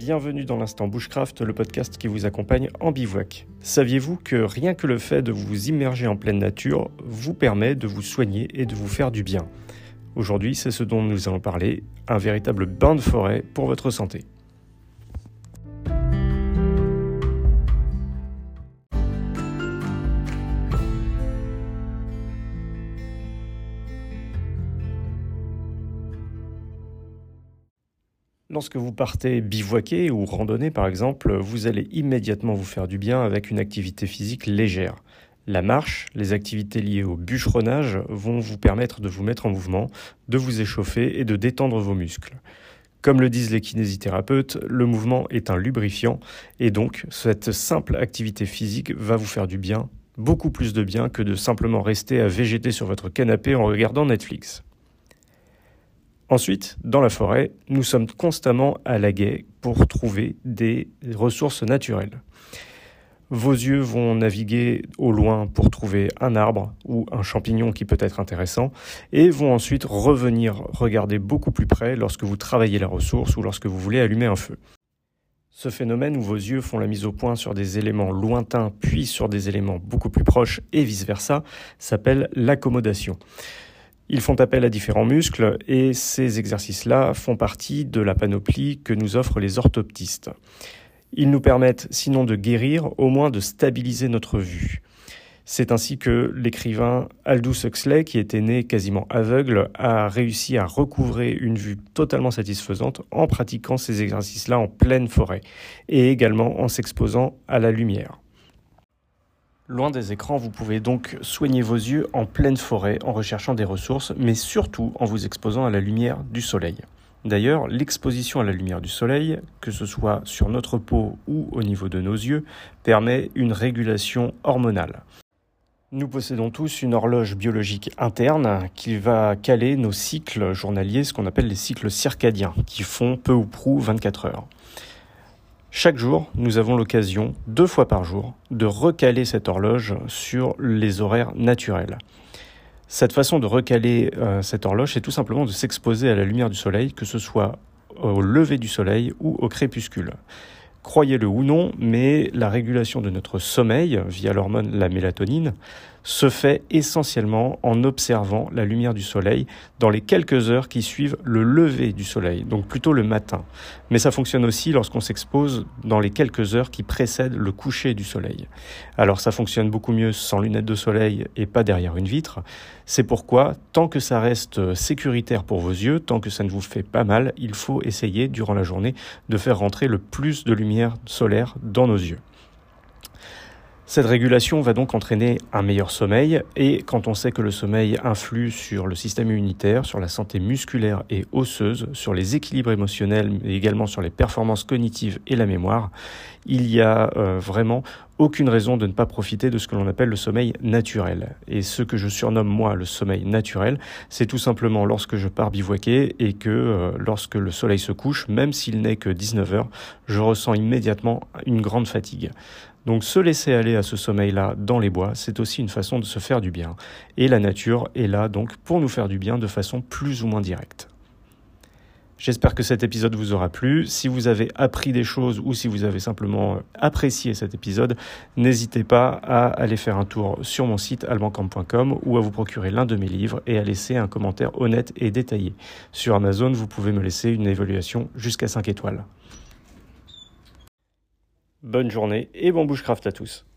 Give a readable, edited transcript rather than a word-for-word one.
bienvenue dans l'Instant Bushcraft, le podcast qui vous accompagne en bivouac. Saviez-vous que rien que le fait de vous immerger en pleine nature vous permet de vous soigner et de vous faire du bien? Aujourd'hui, c'est ce dont nous allons parler, un véritable bain de forêt pour votre santé. Lorsque vous partez bivouaquer ou randonner par exemple, vous allez immédiatement vous faire du bien avec une activité physique légère. La marche, les activités liées au bûcheronnage vont vous permettre de vous mettre en mouvement, de vous échauffer et de détendre vos muscles. Comme le disent les kinésithérapeutes, le mouvement est un lubrifiant et donc cette simple activité physique va vous faire du bien, beaucoup plus de bien que de simplement rester à végéter sur votre canapé en regardant Netflix. Ensuite, dans la forêt, nous sommes constamment à l'aguet pour trouver des ressources naturelles. Vos yeux vont naviguer au loin pour trouver un arbre ou un champignon qui peut être intéressant et vont ensuite revenir regarder beaucoup plus près lorsque vous travaillez la ressource ou lorsque vous voulez allumer un feu. Ce phénomène où vos yeux font la mise au point sur des éléments lointains puis sur des éléments beaucoup plus proches et vice-versa s'appelle l'accommodation. Ils font appel à différents muscles et ces exercices-là font partie de la panoplie que nous offrent les orthoptistes. Ils nous permettent, sinon de guérir, au moins de stabiliser notre vue. C'est ainsi que l'écrivain Aldous Huxley, qui était né quasiment aveugle, a réussi à recouvrer une vue totalement satisfaisante en pratiquant ces exercices-là en pleine forêt et également en s'exposant à la lumière. Loin des écrans, vous pouvez donc soigner vos yeux en pleine forêt en recherchant des ressources, mais surtout en vous exposant à la lumière du soleil. D'ailleurs, l'exposition à la lumière du soleil, que ce soit sur notre peau ou au niveau de nos yeux, permet une régulation hormonale. Nous possédons tous une horloge biologique interne qui va caler nos cycles journaliers, ce qu'on appelle les cycles circadiens, qui font peu ou prou 24 heures. Chaque jour, nous avons l'occasion, 2 fois par jour, de recaler cette horloge sur les horaires naturels. Cette façon de recaler cette horloge, c'est tout simplement de s'exposer à la lumière du soleil, que ce soit au lever du soleil ou au crépuscule. Croyez-le ou non, mais la régulation de notre sommeil, via l'hormone la mélatonine, se fait essentiellement en observant la lumière du soleil dans les quelques heures qui suivent le lever du soleil, donc plutôt le matin. Mais ça fonctionne aussi lorsqu'on s'expose dans les quelques heures qui précèdent le coucher du soleil. Alors ça fonctionne beaucoup mieux sans lunettes de soleil et pas derrière une vitre. C'est pourquoi, tant que ça reste sécuritaire pour vos yeux, tant que ça ne vous fait pas mal, il faut essayer durant la journée de faire rentrer le plus de lumière solaire dans nos yeux. Cette régulation va donc entraîner un meilleur sommeil et quand on sait que le sommeil influe sur le système immunitaire, sur la santé musculaire et osseuse, sur les équilibres émotionnels mais également sur les performances cognitives et la mémoire, il y a vraiment aucune raison de ne pas profiter de ce que l'on appelle le sommeil naturel. Et ce que je surnomme moi le sommeil naturel, c'est tout simplement lorsque je pars bivouaquer et que lorsque le soleil se couche, même s'il n'est que 19 heures, je ressens immédiatement une grande fatigue. Donc se laisser aller à ce sommeil-là dans les bois, c'est aussi une façon de se faire du bien. Et la nature est là donc pour nous faire du bien de façon plus ou moins directe. J'espère que cet épisode vous aura plu. Si vous avez appris des choses ou si vous avez simplement apprécié cet épisode, n'hésitez pas à aller faire un tour sur mon site albancamp.com ou à vous procurer l'un de mes livres et à laisser un commentaire honnête et détaillé. Sur Amazon, vous pouvez me laisser une évaluation jusqu'à 5 étoiles. Bonne journée et bon bushcraft à tous.